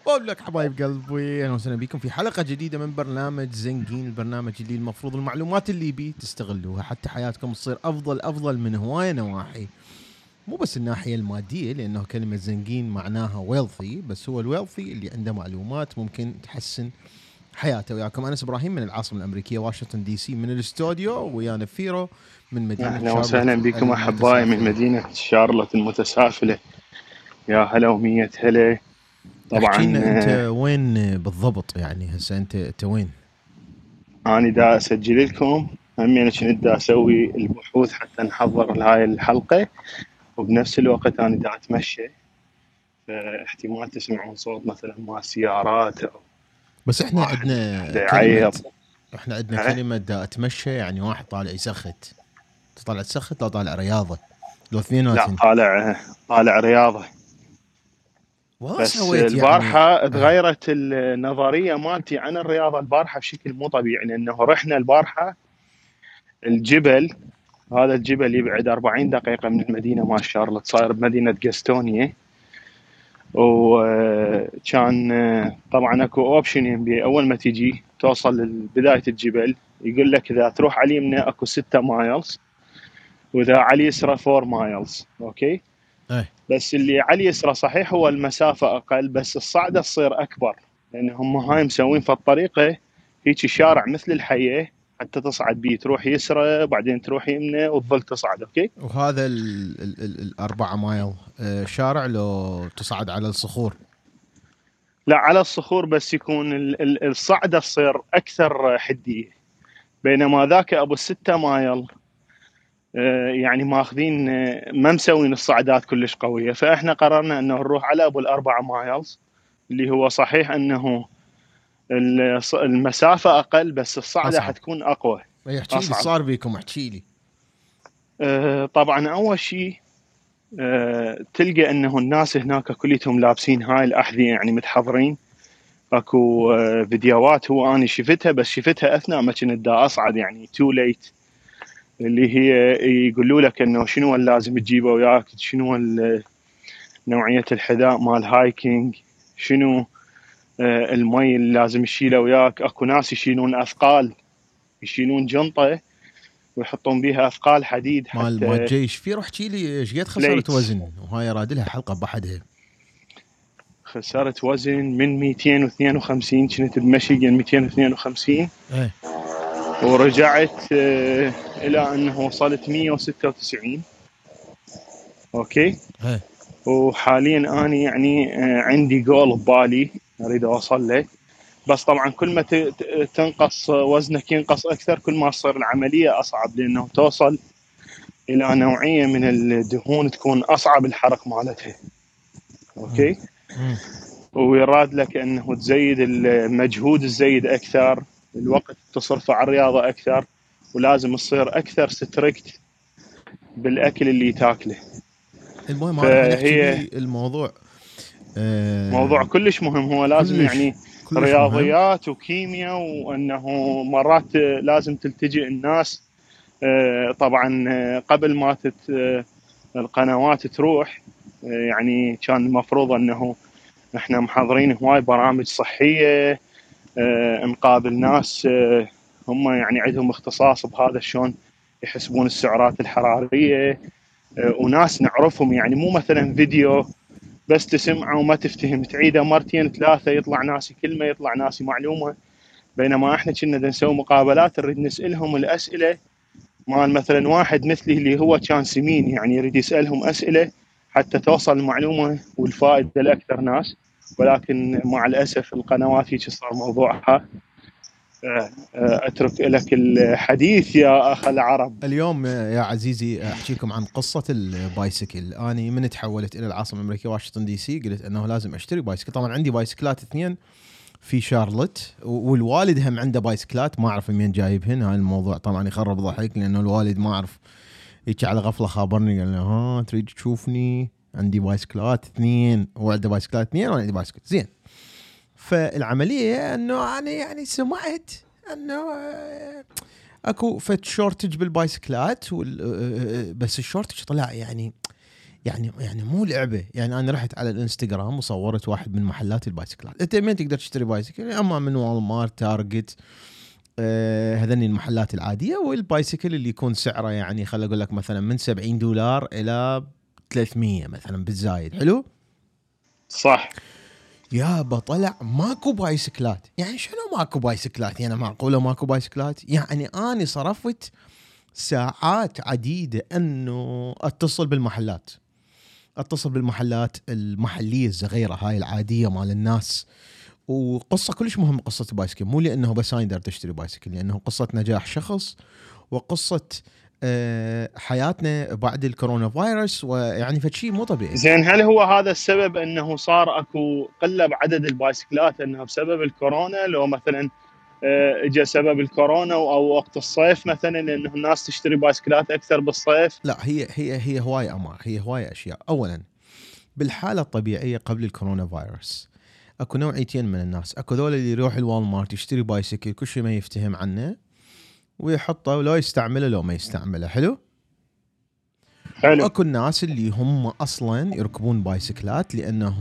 بقول لك حبايب قلبي، اهلا وسهلا بكم في حلقه جديده من برنامج زنقين. البرنامج اللي المفروض المعلومات اللي بيه تستغلوها حتى حياتكم تصير افضل من هوايه نواحي. مو بس الناحيه الماديه، لانه كلمه زنقين معناها ويلثي، بس هو الويلثي اللي عنده معلومات ممكن تحسن حياته. وياكم انس ابراهيم من العاصمه الامريكيه واشنطن دي سي، من الاستوديو ويانا فيرو من مدينه أهلا شارلوت وسهلا بكم أحبائي من المتسافله. مدينة شارلوت المتسافلة. يا هلا ومية هلا. احكي طبعا لنا انت وين بالضبط، يعني هسه انت وين؟ أنا دا أسجل لكم همين كنت دا أسوي البحوث حتى نحضر لهاي الحلقة، وبنفس الوقت أنا دا أتمشى، فاحتمال تسمعون صوت مثلا مال سيارات أو بس احنا واحد عندنا دا كلمة، يعيط. احنا عندنا ها؟ كلمة دا اتمشى، يعني واحد طالع يسخت. طالع تسخت لو طالع رياضة، لو لا، اثنيناتن. طالع رياضة. والله بس سويت يعني. البارحة تغيرت النظرية مالتي عن الرياضة البارحة بشكل مو طبيعي، لأنه رحنا البارحة الجبل. هذا الجبل يبعد 40 دقيقة من المدينة مال شارلوت، صاير بمدينة جاستونيا. وكان طبعا اكو اوبشن يمبي اول ما تجي توصل لبداية الجبل، يقول لك اذا تروح على اليمنى اكو 6 مايلز، واذا على اليسرى 4 مايلز. اوكي. ايه. بس اللي على اليسرى صحيح هو المسافة اقل، بس الصعدة تصير اكبر، لان هم هاي مسوين في الطريقة هيك شارع مثل الحياة، حتى تصعد بيه، تروح يسرى بعدين تروح يمنى وتظل تصعد. اوكي. وهذا الأربعة مايل شارع لو تصعد على الصخور؟ لا، على الصخور، بس يكون الصعدة تصير أكثر حدية، بينما ذاك أبو 6 مايل يعني ماخذين، ما مسوين الصعدات كلش قوية، فإحنا قررنا أنه نروح على أبو ال4 مايلز، اللي هو صحيح أنه المسافة أقل بس الصعدة أصعب. حتكون أقوى. ايه، احكي لي أصعب. صار بيكم، احكي لي. طبعا أول شيء تلقى أنه الناس هناك كلهم لابسين هاي الأحذية، يعني متحضرين. اكو فيديوهات هو انا شفتها، بس شفتها اثناء ما كنت دا اصعد، يعني تو ليت، اللي هي يقولوا لك انه شنو لازم تجيبه وياك، شنو نوعيه الحذاء مال هايكينج، شنو المي اللي لازم تشيله وياك. اكو ناس يشيلون اثقال، يشيلون جنطه ويحطون بيها اثقال حديد مال حتى الجيش في، روح احكي لي ايش قد خسرت بليتس. وزن، وهاي راد لها حلقة بحدها. خسرت وزن من 252، كنت بمشي 252، ايه. ورجعت الى انه وصلت 196. اوكي. ايه. وحاليا انا يعني عندي جول ببالي اريد اوصل له، بس طبعا كل ما تنقص وزنك ينقص اكثر، كل ما تصير العمليه اصعب، لانه توصل الى نوعيه من الدهون تكون اصعب الحرق مالتها. امم. اوكي. ويراد لك انه تزيد المجهود، الزيد اكثر، الوقت تصرفه على الرياضه اكثر، ولازم تصير اكثر ستريكت بالاكل اللي تاكله. المهم انا الحين احكي فهي لي الموضوع. موضوع كلش مهم، هو لازم كلش يعني كلش مهم. رياضيات وكيمياء، وانه مرات لازم تلتجئ الناس طبعا قبل ما القنوات تروح، يعني كان المفروض انه احنا محضرين هواي برامج صحيه، نقابل ناس هم يعني عندهم اختصاص بهذا، شلون يحسبون السعرات الحراريه، وناس نعرفهم، يعني مو مثلا فيديو بس تسمعه وما تفتهم، تعيده مرتين ثلاثه يطلع ناسي كلمه، يطلع ناسي معلومه. بينما احنا كنا نسوي مقابلات نريد نسالهم الاسئله مال مثلا واحد مثلي اللي هو كان سمين، يعني يريد يسالهم اسئله حتى توصل المعلومه والفائده لاكثر ناس. ولكن مع الاسف القنوات هيك صار موضوعها. اترك لك الحديث يا اخ العرب. اليوم يا عزيزي احكي لكم عن قصه البايسكل. اني من تحولت الى العاصمه الامريكيه واشنطن دي سي قلت انه لازم اشتري بايسكل. طبعا عندي بايسكلات اثنين في شارلوت، والوالد هم عنده بايسكلات ما اعرف منين جايبهن. هاي الموضوع طبعا يخرب ضحك، لانه الوالد ما اعرف هيك على غفله خابرني، قال له ها تريد تشوفني عندي بايسكلات اثنين، هو عنده بايسكلات اثنين وانا عندي بايسكل زين. فالعمليه انه انا يعني سمعت انه اكو فت شورتج بالبايسكلات، بس الشورتج طلع يعني يعني مو لعبه. يعني انا رحت على الانستغرام وصورت واحد من محلات البايسكلات. انت من تقدر تشتري بايسكل؟ اما من والمارت، تارجت، هذني المحلات العاديه. والبايسكل اللي يكون سعره يعني خليني اقول لك مثلا من $70 الى 300 مثلا بالزايد. حلو. صح. يابا طلع ماكو بايسكلات. يعني شنو ماكو بايسكلات؟ يعني معقوله ماكو بايسكلات؟ يعني اني صرفت ساعات عديده انه اتصل بالمحلات المحليه الصغيره هاي العاديه مال الناس. وقصه كلش مهمه قصه البايسكل، مو لانه بس انا اقدر تشتري بايسكل، لانه قصه نجاح شخص وقصه حياتنا بعد الكورونا فيروس، ويعني فشي مو طبيعي. زين، هل هو هذا السبب انه صار اكو قله بعدد البايسكلات انه بسبب الكورونا، لو مثلا اجى سبب الكورونا او وقت الصيف مثلا انه الناس تشتري بايسكلات اكثر بالصيف؟ لا، هي هواي امر، هي هواي اشياء. اولا بالحاله الطبيعيه قبل الكورونا فيروس اكو نوعيتين من الناس. اكو ذول اللي يروح الوالمارت يشتري بايسكل كل شيء ما يفتهم عنه ويحطه ولو يستعمله لو ما يستعمله. حلو. حلو. واكو الناس اللي هم اصلا يركبون بايسكلات لانه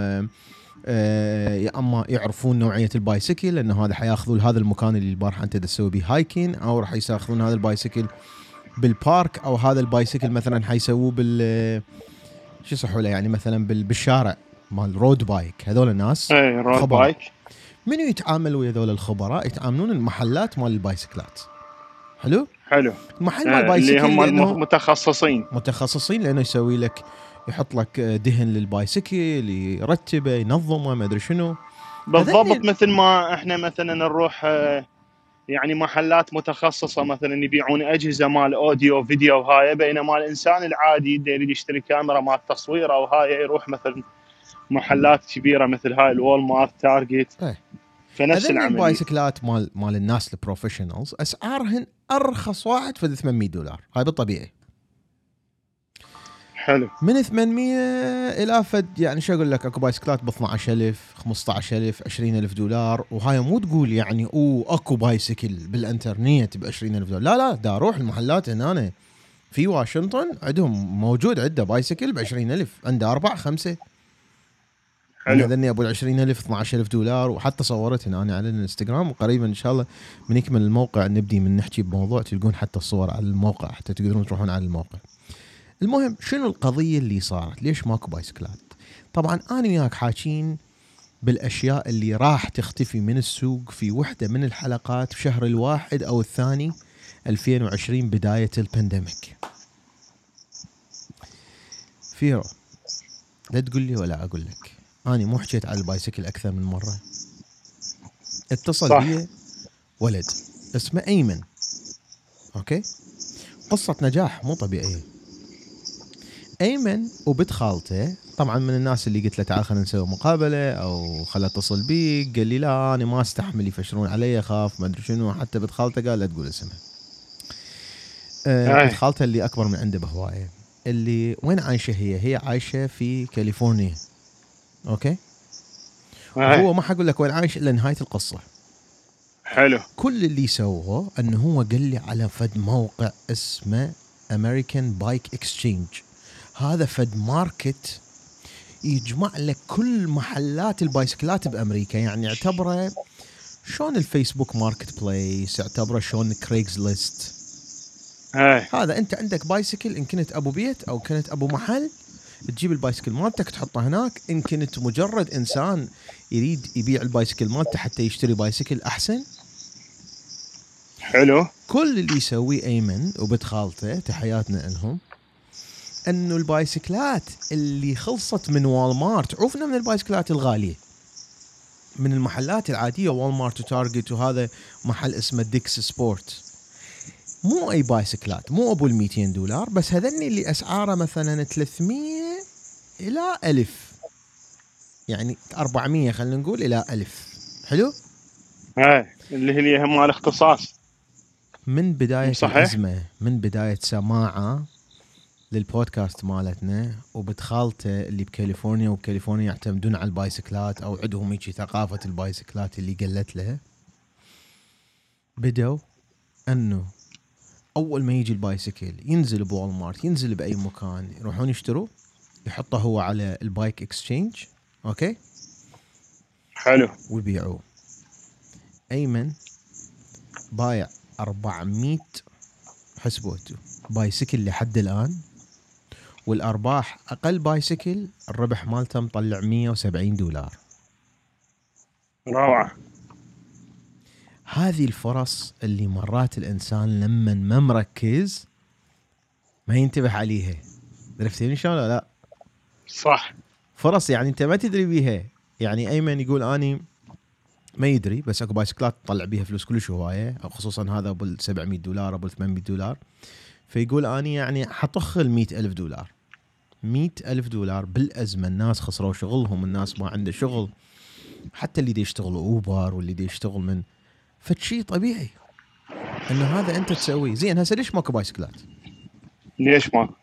يا اما يعرفون نوعيه البايسكل، لانه هذا حياخذون هذا المكان اللي البارحه انت تسوي به هايكين، او راح ياخذون هذا البايسكل بالبارك، او هذا البايسكل مثلا حيسووه شو يصحوا له يعني مثلا بالشارع مال رود بايك. هذول الناس اي رود خبراء. بايك. منو يتعامل ويا هذول الخبراء؟ يتعاملون المحلات مال البايسكلات. حلو. حلو. المحل مال اللي بايسكل هم لانه متخصصين لانه يسوي لك، يحط لك دهن للبايسكل، يرتبه، ينظمه، ما ادري شنو. بالضبط. مثل ما احنا مثلا نروح يعني محلات متخصصه مثلا يبيعون اجهزه مال اوديو فيديو وهاي، بينما الانسان العادي يريد يشتري كاميرا مال تصوير او هاي يروح مثلا محلات كبيره مثل هاي الوول مارت، تارجت. ايه. فنفس هذني العمليه. البايسكلات مال الناس البروفيشنالز اسعارهن ارخص واحد في $800. هاي بالطبيعي. حلو. من 800 الى فد يعني شو اقول لك، اكو بايسكلات ب 12,000 15,000 $20,000. وهاي مو تقول يعني اكو بايسكل بالانترنت ب $20,000. لا دا اروح المحلات هنا في واشنطن عندهم موجود عنده بايسكل ب 20,000، عنده 4 5 من حلو. هذني ابو 20,000 $12,000. وحتى صورت هنا أنا على الانستغرام، وقريبا ان شاء الله من يكمل الموقع نبدي من نحكي بموضوع تلقون حتى الصور على الموقع حتى تقدرون تروحون على الموقع. المهم شنو القضيه اللي صارت؟ ليش ماكو بايسكلات؟ طبعا انا وياك حاكين بالاشياء اللي راح تختفي من السوق في وحده من الحلقات في شهر الواحد او الثاني 2020 بدايه البانديميك. فيرو لا تقول لي ولا اقول لك، انا مو حكيت على البايسكل اكثر من مره. اتصل صح. بي ولد اسمه ايمن، اوكي، قصه نجاح مو طبيعيه. ايمن وبنت خالته طبعا من الناس اللي قلت له تعال خلينا نسوي مقابله او خل اتصل بيك، قال لي لا انا ما استحمل يفشرون علي، اخاف ما ادري شنو. حتى بنت خالته قال لا تقول اسمها. بنت خالته اللي اكبر من عنده بهوايه، اللي وين عايشه هي عايشه في كاليفورنيا، اوكي. وهو ما حقول لك وين عايش الا نهايه القصه. حلو. كل اللي سووه انه هو قال لي على فد موقع اسمه امريكان بايك اكسشينج. هذا فد ماركت يجمع لك كل محلات البايسكلات بامريكا، يعني يعتبره شلون الفيسبوك ماركت بليس، يعتبره شلون كريغز ليست. هذا انت عندك بايسكل ان كنت ابو بيت او كنت ابو محل، تجيب البايسكل مالتك تحطه هناك. ان كنت مجرد انسان يريد يبيع البايسكل مالته حتى يشتري بايسكل احسن. حلو. كل اللي يسويه ايمن وبنت خالته تحياتنا لهم، انه البايسكلات اللي خلصت من والمارت، عوفنا من البايسكلات الغاليه من المحلات العاديه والمارت وتارجت، وهذا محل اسمه ديكس سبورت، مو اي بايسكلات، مو ابو $200، بس هذني اللي اسعاره مثلا 300 الى 1000، يعني 400 خلينا نقول الى 1000. حلو. اللي هي مال اختصاص. من بدايه صحيح. الازمه، من بدايه سماعه للبودكاست مالتنا وبتخالته اللي بكاليفورنيا، وبكاليفورنيا يعتمدون على البايسكلات او عندهم هيك ثقافه البايسكلات اللي قلت لها، بدوا انه اول ما يجي البايسكل ينزل بوالمارت، ينزل باي مكان، يروحون يشتروا يحطه هو على البايك اكسشينج، اوكي، حلو. ويبيعوه. ايمن بايع 400 حسبوته بايسكل لحد الان، والارباح اقل بايسكل الربح مالته مطلع $170. روعه. هذه الفرص اللي مرات الانسان لما ما مركز ما ينتبه عليها. عرفتني شلون ولا لا؟ صح. فرص يعني انت ما تدري بيها. يعني ايمن يقول اني ما يدري، بس اكو بايسكلات تطلع بيها فلوس كلش هوايه، او خصوصا هذا ابو $700 ابو $800. فيقول اني يعني حطخ $100,000. $100,000 بالازمه. الناس خسروا شغلهم، الناس ما عنده شغل، حتى اللي دي يشتغل اوبر واللي دي يشتغل من فشي طبيعي انه هذا انت تسويه. زين هسه ليش ماكو بايسكلات؟ ليش ما؟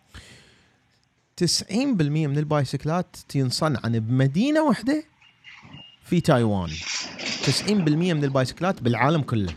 90% من البايسكلات تنصنع بمدينه واحده في تايوان. 90% من البايسكلات بالعالم كله.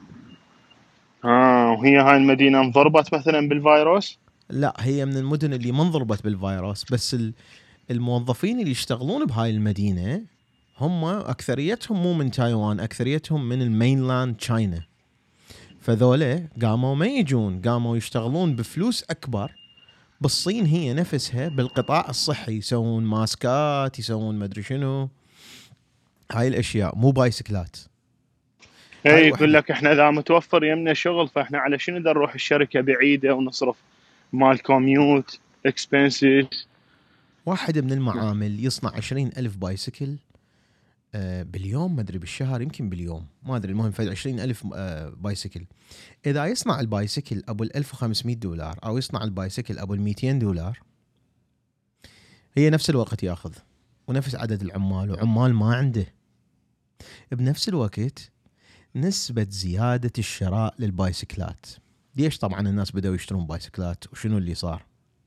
وهي هاي المدينه انضربت مثلا بالفيروس؟ لا، هي من المدن اللي ما انضربت بالفيروس، بس الموظفين اللي يشتغلون بهاي المدينه هم اكثريتهم مو من تايوان، اكثريتهم من المينلاند تشاينا. فذولا قاموا ما يجون، قاموا يشتغلون بفلوس اكبر بالصين هي نفسها بالقطاع الصحي، يسوون ماسكات، يسوون مدري شنو، هاي الاشياء، مو بايسكلات. هاي يقول واحدة. لك احنا اذا متوفر يمنا شغل فاحنا على شنو بدنا نروح الشركه بعيده ونصرف مال كوميوت اكسبنسز. واحد من المعامل يصنع 20,000 بايسكل باليوم، ما ادري بالشهر، يمكن باليوم ما ادري، المهم في 20,000 بايسكل. اذا يصنع البايسكل ابو $1,500 او يصنع البايسكل ابو $200، هي نفس الوقت ياخذ ونفس عدد العمال، وعمال ما عنده. بنفس الوقت نسبة زيادة الشراء للبايسكلات. ليش؟ طبعا الناس بدأوا يشترون بايسكلات، وشنو اللي صار؟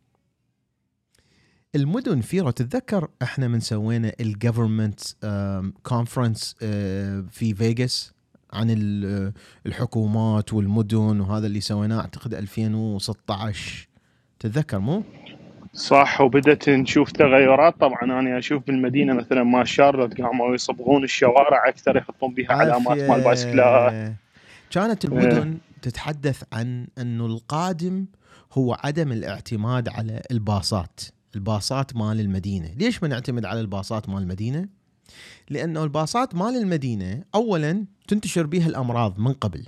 المدن فيرو، تتذكر احنا من سوينا الجفرمنت كونفرنس في فيغاس عن الحكومات والمدن، وهذا اللي سويناه اعتقد 2016، تتذكر مو؟ صح. وبدت نشوف تغيرات. طبعا انا اشوف بالمدينه مثلا مال شارلوت قاموا يصبغون الشوارع اكثر، يحطون بها علامات مال بايسكلات. عافية. كانت المدن تتحدث عن انه القادم هو عدم الاعتماد على الباصات مال المدينة. ليش ما نعتمد على الباصات مال المدينة؟ لأنه الباصات مال المدينة أولا تنتشر بها الأمراض من قبل،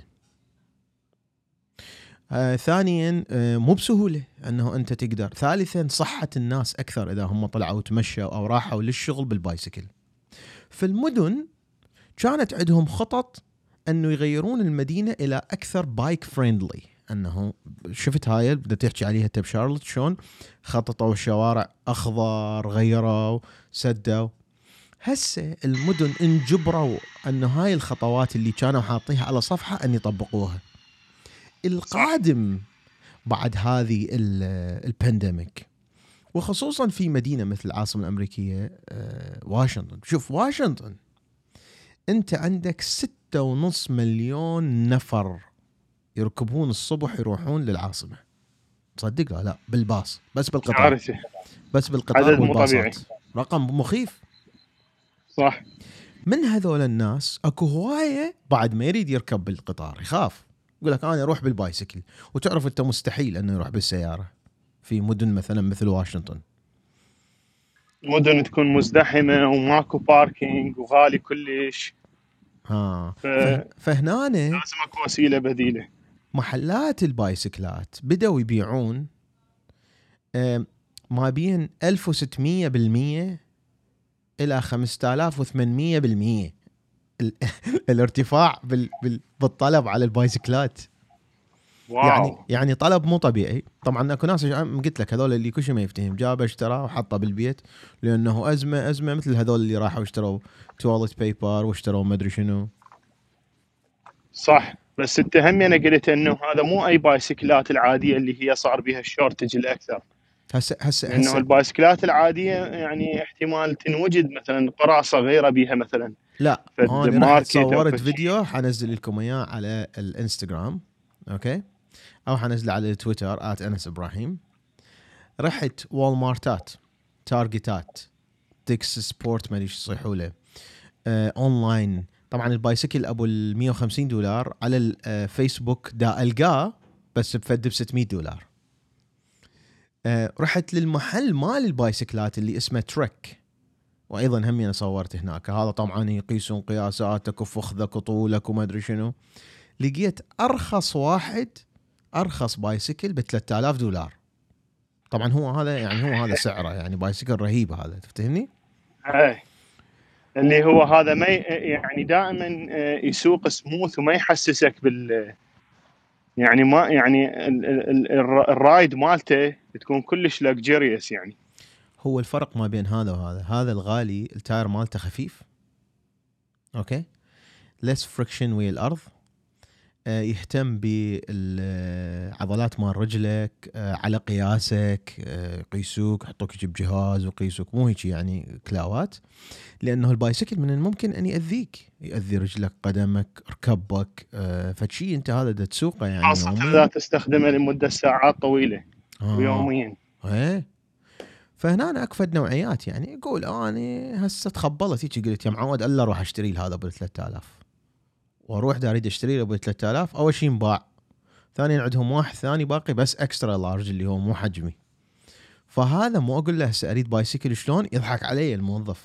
ثانيا مو بسهولة أنه أنت تقدر، ثالثا صحة الناس أكثر إذا هم طلعوا تمشوا أو راحوا للشغل بالبايسكل. في المدن كانت عندهم خطط أنه يغيرون المدينة إلى أكثر بايك فريندلي. أنه شفت هاي بدأت تحكي عليها أنت بشارلوت، شلون خططوا الشوارع أخضر، غيروا، سدوا. هسه المدن انجبروا أنه هاي الخطوات اللي كانوا حاطيها على صفحة أن يطبقوها. القادم بعد هذه البانديميك، وخصوصا في مدينة مثل العاصمة الأمريكية واشنطن. شوف واشنطن، أنت عندك 6.5 مليون نفر يركبون الصبح يروحون للعاصمة. تصدق لا بالباص، بس بالقطار، عارفه. بس بالقطار عدد مو طبيعي. والباصات، رقم مخيف. صح. من هذول الناس اكو هوايه بعد ما يريد يركب بالقطار، يخاف، يقول لك انا اروح بالبايسكل. وتعرف انت مستحيل انه يروح بالسياره في مدن مثلا مثل واشنطن. مدن تكون مزدحمه وماكو باركينج وغالي كلش. لازم فهنا اكو وسيله بديله. محلات البايسكلات بدأوا يبيعون ما بين 1600% الى 5800% الارتفاع بالطلب على البايسكلات. واو. يعني طلب مو طبيعي. طبعا اكو ناس قلت لك هذول اللي كل شيء ما يفتهم، جابه اشتراه وحطه بالبيت لانه ازمه مثل هذول اللي راحوا اشتروا تواليت بيبر واشتروا ما ادري شنو. صح. بس انت هم انا قلت انه هذا مو اي بايسكلات العاديه اللي هي صار بها الشورتج الاكثر. لانه هسه البايسكلات العاديه يعني احتمال تنوجد مثلا قرى صغيره بها مثلا لا، فد انا رحت ماركت او صورت فد شيء. فيديو حنزل لكم اياه على الانستغرام، اوكي، او حنزله على تويتر @انس ابراهيم. رحت وول مارتات تارجتات، تكس سبورت ما ادري ايش يصيحوا له، اونلاين. طبعا البايسكل ابو ال $150 على الفيسبوك دا القاه بس بفد $600. رحت للمحل مال البايسكلات اللي اسمه تريك، وايضا هم انا صورت هناك. هذا طبعا يقيسون قياساتك وفخذك وطولك وما ادري شنو. لقيت ارخص واحد، ارخص بايسكل $3000. طبعا هو هذا يعني هو هذا سعره، يعني بايسكل رهيب هذا، تفتهمني؟ اللي هو هذا ما يعني دائما يسوق سموث وما يحسسك بال يعني ما يعني الرايد مالته تكون كلش لكجيريوس. يعني هو الفرق ما بين هذا وهذا، هذا الغالي التاير مالته خفيف، اوكي، ليس فريكشن ويا الارض، يهتم بالعضلات مال رجلك، على قياسك، يقيسوك، يحطوك يجيب جهاز ويقيسوك، مو هيك يعني كلاوات. لانه البايسكل من الممكن ان يؤذي رجلك، قدمك، ركبك، فشي انت هذا دا تسوقه يعني خاصة اذا تستخدمه لمدة ساعات طويلة ويوميا. ايه. فهنا أنا اكفد نوعيات، يعني يقول اني هسه تخبلت هيك، قلت يا معود الا اروح اشتري هذا ب 3000، واروح دا اريد اشتري له ب 3000. اول شيء انباع، ثانيا عندهم واحد ثاني باقي بس اكسترا لارج اللي هو مو حجمي. فهذا مو اقول له هسه اريد بايسكل شلون، يضحك علي الموظف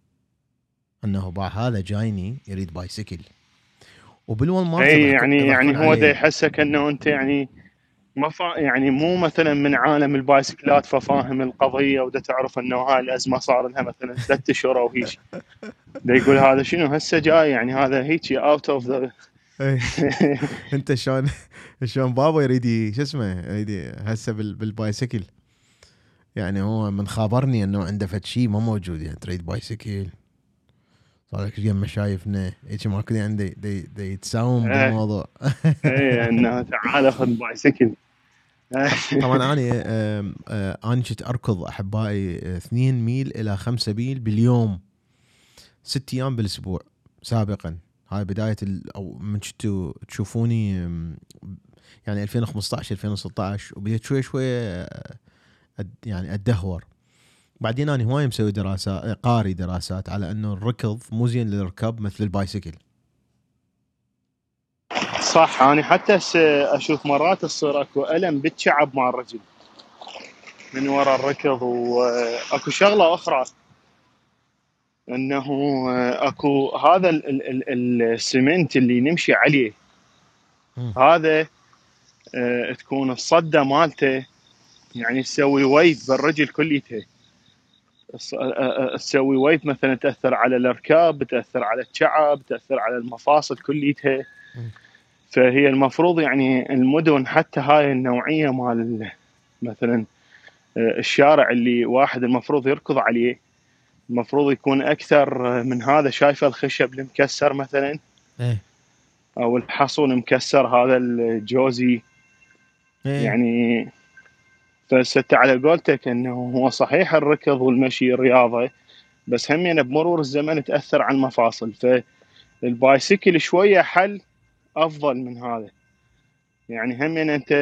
انه باع هذا جايني يريد بايسكل. وبالوالمارت يعني هو دا يحسك انه انت يعني ما يعني مو مثلا من عالم البايسكلات ففاهم القضيه، ودا تعرف انه هاي الازمه صار لها مثلا 3 اشهر او هيك، دا يقول هذا شنو هسه جاي، يعني هذا هيك اوت اوف ذا. انت شلون بابا يريد شو اسمه، يريد هسه بالبايسكل، يعني هو من خابرني انه عنده فد شيء ما موجود، يعني تريد بايسكل صار لك يم شايفنا هيك ماكو عندي دي يتساوم بالموضوع. اي انه تعال خذ بايسكل. طبعا انا كنت اركض احبائي 2 ميل الى 5 ميل باليوم 6 ايام بالاسبوع سابقا. هاي بدايه او من كنتوا تشوفوني يعني 2015 2016، وبديت شوي شوي يعني اتدهور. بعدين انا هواي مسوي دراسات، قاري دراسات على انه الركض مو زين للركب مثل البايسكل. صح، انا حتى اشوف مرات تصير اكو الم بالشعب مع الرجل من وراء الركض. واكو شغله اخرى انه اكو هذا السمنت اللي نمشي عليه، هذا تكون الصدة مالته يعني تسوي ويت بالرجل كليتها، تسوي ويت مثلا تأثر على الركاب، بتأثر على الشعب، بتأثر على المفاصل كليتها. فهي المفروض يعني المدن حتى هاي النوعية مال مثلا الشارع اللي واحد المفروض يركض عليه، المفروض يكون أكثر من هذا. شايفة الخشب المكسر مثلا أو الحصو المكسر هذا الجوزي، يعني فست على قولتك أنه هو صحيح الركض والمشي رياضة، بس هم يعني بمرور الزمن تأثر على المفاصل. فالبايسكل شوية حل أفضل من هذا، يعني هم يعني أنت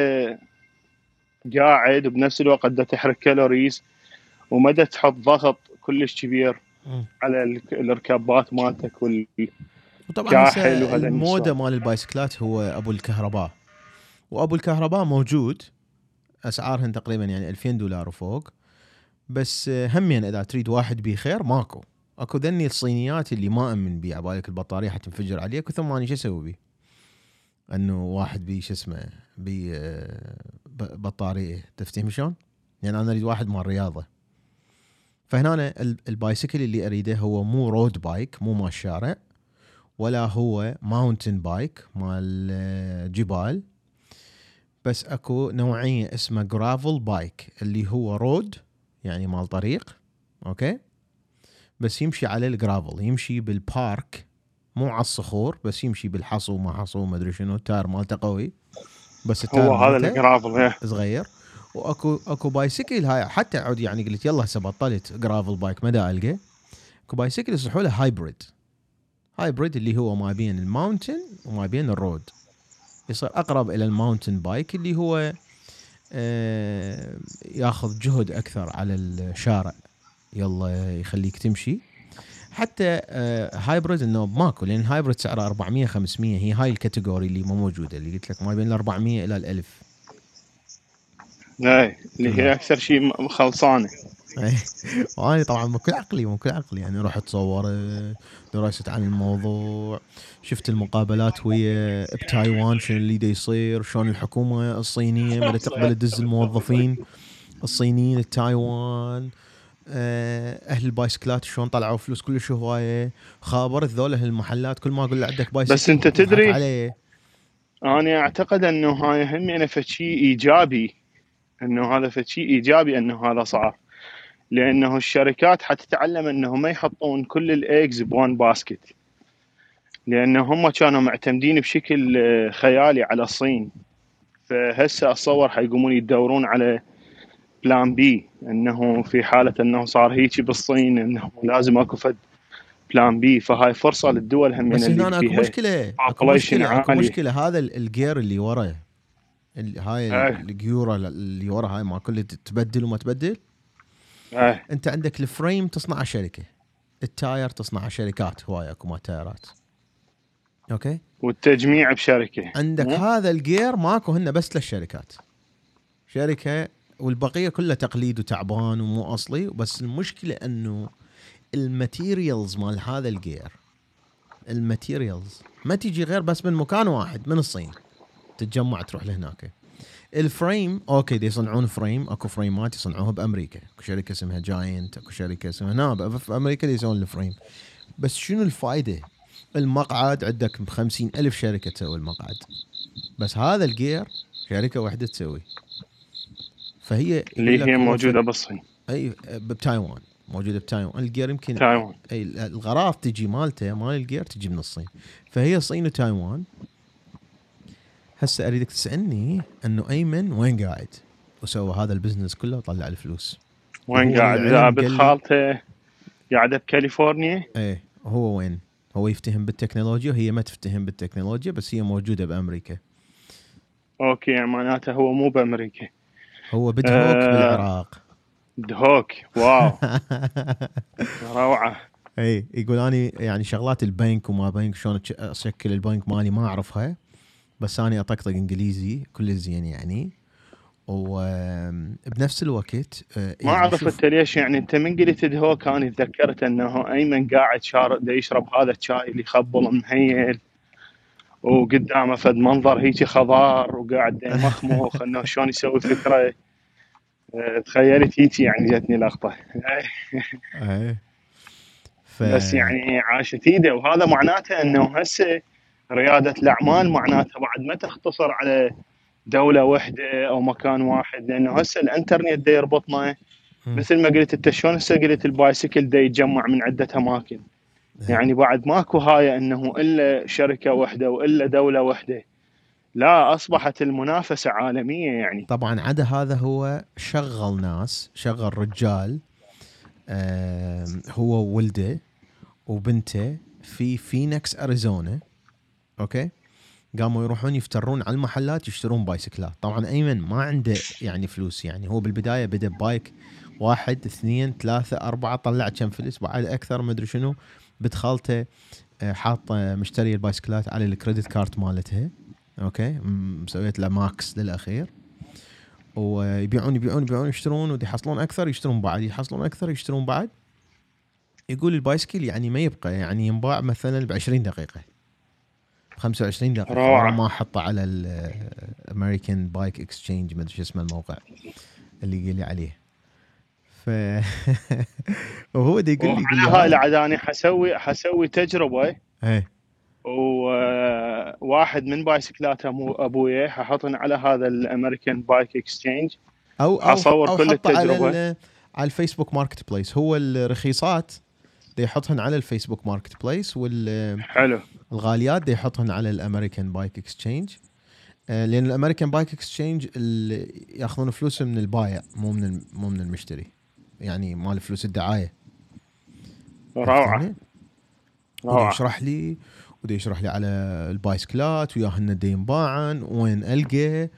قاعد وبنفس الوقت دا تحرك كالوريز ومدى تحط ضغط كلش كبير على الركابات مالتك وطبعا المودة مال البايسكلات هو ابو الكهرباء، وابو الكهرباء موجود اسعارهن تقريبا يعني $2000 وفوق. بس همين اذا تريد واحد بخير ماكو، اكو ذني الصينيات اللي ما امن بيه، عبالك البطاريه حتنفجر عليك وثم اني شو اسوي بيه، انه واحد بي شو اسمه بي بطاريه، تفتهم شلون؟ يعني انا اريد واحد مال رياضه. فهنا البايسكل اللي اريده هو مو رود بايك، مو مال الشارع، ولا هو ماونتن بايك مال جبال، بس اكو نوعيه اسمها جرافل بايك اللي هو رود يعني مال طريق، اوكي، بس يمشي على الجرافل، يمشي بالبارك، مو على الصخور، بس يمشي بالحصو ما حصو ما ادري شنو. التاير مالته قوي بس التاير هو هذا الجرافل صغير. واكو بايسكل هاي حتى عود يعني قلت يلا هسه بطلت جرافل بايك ما دا القى. اكو بايسكل يصلحوا له هايبريد اللي هو ما بين الماونتن وما بين الرود، يصير اقرب الى الماونتن بايك اللي هو ياخذ جهد اكثر على الشارع، يلا يخليك تمشي. حتى هايبرد انه ماكو، لان هايبرد سعره 400 500، هي هاي الكاتيجوري اللي مو موجوده، اللي قلت لك ما بين ال 400 الى ال 1000 اللي هي كلها. اكثر شيء خلصانه. وانا طبعا مو كل عقلي يعني رحت صورت، درست عن الموضوع، شفت المقابلات ويا بتايوان شنو اللي دا يصير، شلون الحكومه الصينيه ما تقبل تدز الموظفين الصينيين التايوان، اهل البايسكلات شلون طلعوا فلوس كلش هوايه، خابرت ذوله المحلات كل ما اقول له عندك بس بايسكل انت ضحك تدري، عليه. انا اعتقد انه هاي هم يعني فشي ايجابي، انه هذا فشي ايجابي انه هذا صار، لانه الشركات حتتعلم انه ما يحطون كل الايجز بوان باسكت، لان هم كانوا معتمدين بشكل خيالي على الصين. فهسه اتصور حيقومون يدورون على بلان بي، انه في حاله انه صار هيجي بالصين انه لازم اكو فد بلان بي. فهاي فرصه للدول همين بس اللي هنا اكو فيها مشكله، population عالي. هذا الجير اللي ورا، هاي ايه الجيورا اللي ورا هاي ما كل تبدل وما تبدل. ايه انت عندك الفريم تصنع شركه، التاير تصنع شركات هوايه اكو ما تايرات، اوكي. والتجميع بشركه عندك مو هذا الجير ماكو، هن بس للشركات، شركه، والبقيه كلها تقليد وتعبان ومو اصلي. بس المشكله انه الماتيريالز مال هذا الجير، الماتيريالز ما تيجي غير بس من مكان واحد من الصين، تتجمع تروح لهناك. الفريم اوكي دي يصنعون فريم، اكو فريمات يصنعوها بامريكا، اكو شركه اسمها جاينت، اكو شركه اسمها في امريكا دي يسوون الفريم. بس شنو الفائده؟ المقعد عندك 50,000 شركه تسوي المقعد، بس هذا الجير شركه واحده تسوي. فهي يقول اللي هي لك هو موجوده بالصين اي بتايوان، موجوده بتايوان. الجير يمكن تايوان. اي الغراض تجي مالته مال الجير تجي من الصين. فهي الصين وتايوان. هسه اريدك تسالني انه ايمن وين قاعد وسوى هذا البزنس كله وطلع الفلوس. وين وهو قاعد؟ للعلم بنت قال لي خالته قاعده بكاليفورنيا. ايه، هو وين؟ هو يفتهم بالتكنولوجيا وهي ما تفتهم بالتكنولوجيا، بس هي موجوده بامريكا. اوكي، يعني معناته هو مو بامريكا. هو بدهوك بالعراق. دهوك، واو. روعه. اي يقول اني يعني شغلات البنك وما بنك شلون اشكل البنك مالي ما اعرفها، بس اني اطقطق انجليزي كل زين يعني. وبنفس الوقت ما يعني اعرف شوف. انت ليش، يعني انت من قلت دهوك انا تذكرت انه ايمن قاعد دا يشرب هذا الشاي اللي يخبل مهيل، وقدامه فد منظر هيجي خضار وقاعد دا يمخمخ انه شلون يسوي فكره. تخيلت هيجي، يعني جتني لقطه. ايه ف بس يعني عاشت ايده، وهذا معناته انه هسه رياده الاعمال معناتها بعد ما تختصر على دوله واحده او مكان واحد، لانه هسه الانترنت دا يربطنا. مثل ما قلت انت، شلون هسه قلت البايسكل دا يتجمع من عده اماكن، إيه. يعني بعد ماكو هاي انه الا شركه واحده والا دوله واحده، لا اصبحت المنافسه عالميه يعني. طبعا عدا هذا هو شغل ناس، شغل رجال، هو وولده وبنته في فينيكس اريزونا، اوكي. قاموا يروحون يفترون على المحلات يشترون بايسكلات. طبعا ايمن ما عنده يعني فلوس، يعني هو بالبدايه بدا بايك 1 2 3 4، طلع كم فلوس بعد اكثر ما ادري شنو. بنت خالته حاطه مشتريه البايسكلات على الكريدت كارت مالتها، اوكي، مسويت له ماكس للاخير. ويبيعون يشترون، ودي يحصلون اكثر يشترون بعد، يحصلون اكثر يشترون بعد. يقول البايسكل يعني ما يبقى، يعني ينباع مثلا ب 20 دقيقه، 25 دقيقه، ورا روعه. ما احطه على الامريكان بايك اكسشينج، ما ادري شو اسمه الموقع اللي قال لي عليه. ف وهو ده يقول لي وعلى هاي هذا. العاد انا حسوي تجربه، ايه وواحد من بايسكلاته ابويا ححطن على هذا الامريكان بايك اكسشينج، حصور او كل حطه التجربه. على الفيسبوك ماركت بليس. هو الرخيصات دي يحطهن على الفيسبوك ماركت بليس، حلو. والغاليات دي يحطهن على الامريكان بايك اكسشينج. لان الامريكان بايك اكسشينج ياخذون فلوس من البايع، مو من المشتري، يعني مال فلوس الدعايه. روعه عرفتني؟ روعه. ودي يشرح لي على البايسكلات وياهن دي ينباعن وين القى،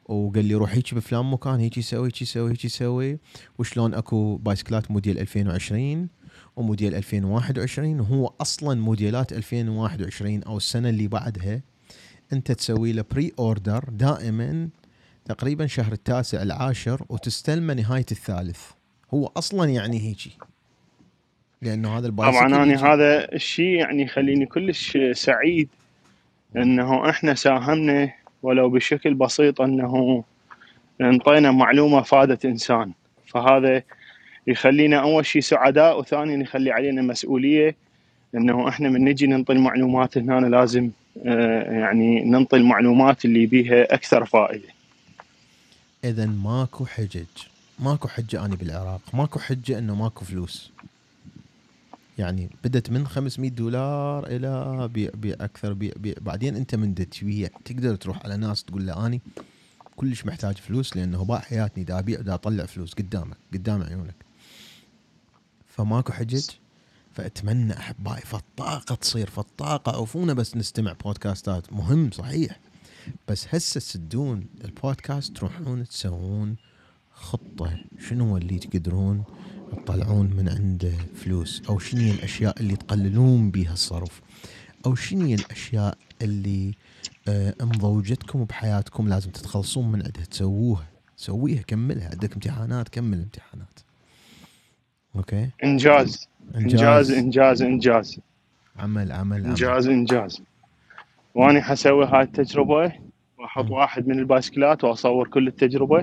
وقال لي روح هيك بفلان مكان، هيك يسوي هيك يسوي هيك يسوي، وشلون اكو بايسكلات موديل 2020 وموديل 2021، وهو اصلا موديلات 2021 او السنه اللي بعدها انت تسوي له بري اوردر دائما تقريبا شهر 9 10 وتستلمه نهايه الثالث. هو اصلا يعني هيجي، لانه هذا البايسكل طبعا يجي. أنا هذا الشيء يعني يخليني كلش سعيد أنه إحنا ساهمنا ولو بشكل بسيط، أنه انطينا معلومة فادت إنسان. فهذا يخلينا أول شيء سعداء، وثانيا يخلي علينا مسؤولية أنه إحنا من نجي ننطي المعلومات هنا لازم يعني ننطي المعلومات اللي بيها أكثر فائدة. اذا ماكو حجج، ماكو حجه اني بالعراق، ماكو حجه انه ماكو فلوس. يعني بدت من $500 الى بيع اكثر، بيع بعدين انت من تبيع تقدر تروح على ناس تقول له اني كلش محتاج فلوس لانه باع حياتني، دا ابيع دا اطلع فلوس قدامك قدام عيونك. فماكو حجج. فاتمنى احبائي فالطاقه تصير فالطاقه، عوفونا بس نستمع بودكاستات مهم صحيح، بس هسه تسدون البودكاست تروحون تسوون خطه شنو اللي تقدرون تطلعون من عنده فلوس، او شنو الاشياء اللي تقللون بيها الصرف، او شنو الاشياء اللي مضوجتكم بحياتكم لازم تتخلصون من عندها تسووها. سويها، كملها، عندك امتحانات كمل امتحانات. اوكي، إنجاز إنجاز إنجاز إنجاز عمل عمل إنجاز إنجاز. وأنا حسوي هاي التجربة وأحط واحد من البايسكلات وأصور كل التجربة.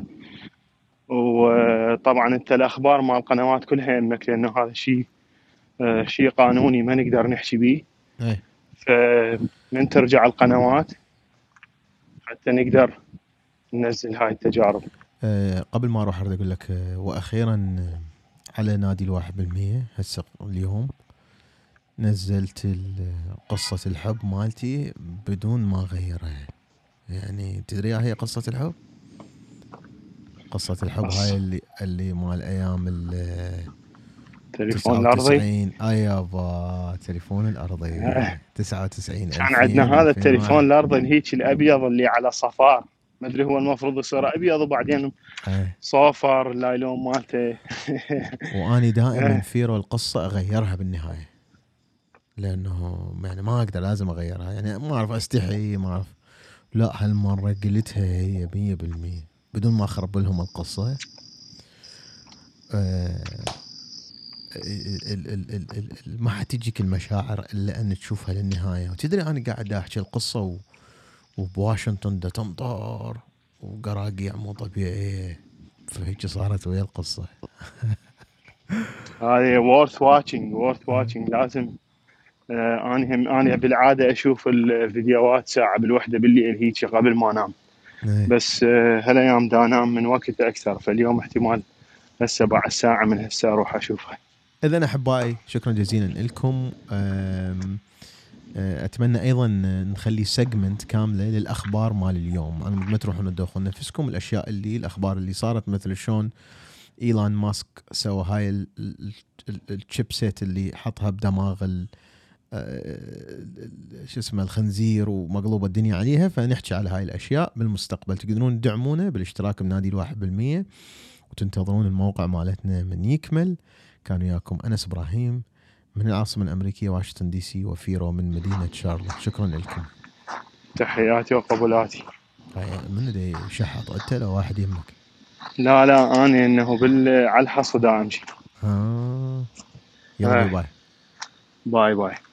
وطبعا أنت الأخبار مع القنوات كلها يمك، لأنه هذا شيء قانوني ما نقدر نحكي به. ايه. فمن ترجع القنوات حتى نقدر ننزل هاي التجارب. قبل ما اروح اريد اقول لك واخيرا على نادي 1% هسه اليوم نزلت قصة الحب مالتي بدون ما اغيرها. يعني تدري هي قصة الحب؟ قصة الحب هاي اللي مال ايام التليفون الأرضي. يابا تليفون الأرضي 99 كان عندنا هذا التليفون الأرضي الهيك الأبيض اللي على صفار، ما أدري هو المفروض يصير أبيض وبعدين صفر اللايلون مالته. وأني دائما فيرو القصة أغيرها بالنهاية، لأنه يعني ما أقدر لازم أغيرها، يعني ما أعرف أستحي ما أعرف. لا هالمرة قلتها هي 100% بدون ما أخرب لهم القصة. ما حتجيك المشاعر إلا أن تشوفها للنهاية. وتدري أنا قاعد أحكي القصة وبواشنطن دا تمطر وقراقيع مو طبيعية، فهيك صارت ويا القصة. هذه worth watching لازم. أنا بالعادة أشوف الفيديوهات ساعة بالوحدة بالليل هيك قبل ما أنام. بس هالأيام دا أنام من وقت أكثر، فاليوم احتمال هسه بعد ساعة من هسه أروح أشوفها. إذن أحبائي شكرا جزيلا لكم. أتمنى أيضا نخلي سيجمنت كاملة للأخبار مال اليوم. أنا ما تروحون تدخلون نفسكم الأشياء الأخبار اللي صارت، مثل شون إيلان ماسك سوى هاي الشيبسيت اللي حطها بدماغ شو اسمه الخنزير ومقلوبة الدنيا عليها. فنحكي على هاي الأشياء بالمستقبل. تقدرون تدعمونا بالاشتراك بنادي 1%، وتنتظرون الموقع مالتنا من يكمل. كان وياكم أنس إبراهيم من العاصمة الأمريكية واشنطن دي سي، وفيرو من مدينة شارلوت. شكرا لكم، تحياتي وقبلاتي. من دي شحط أنت لو واحد يمك؟ لا أنا إنه على الحصة دا أمشي. يلا باي باي باي.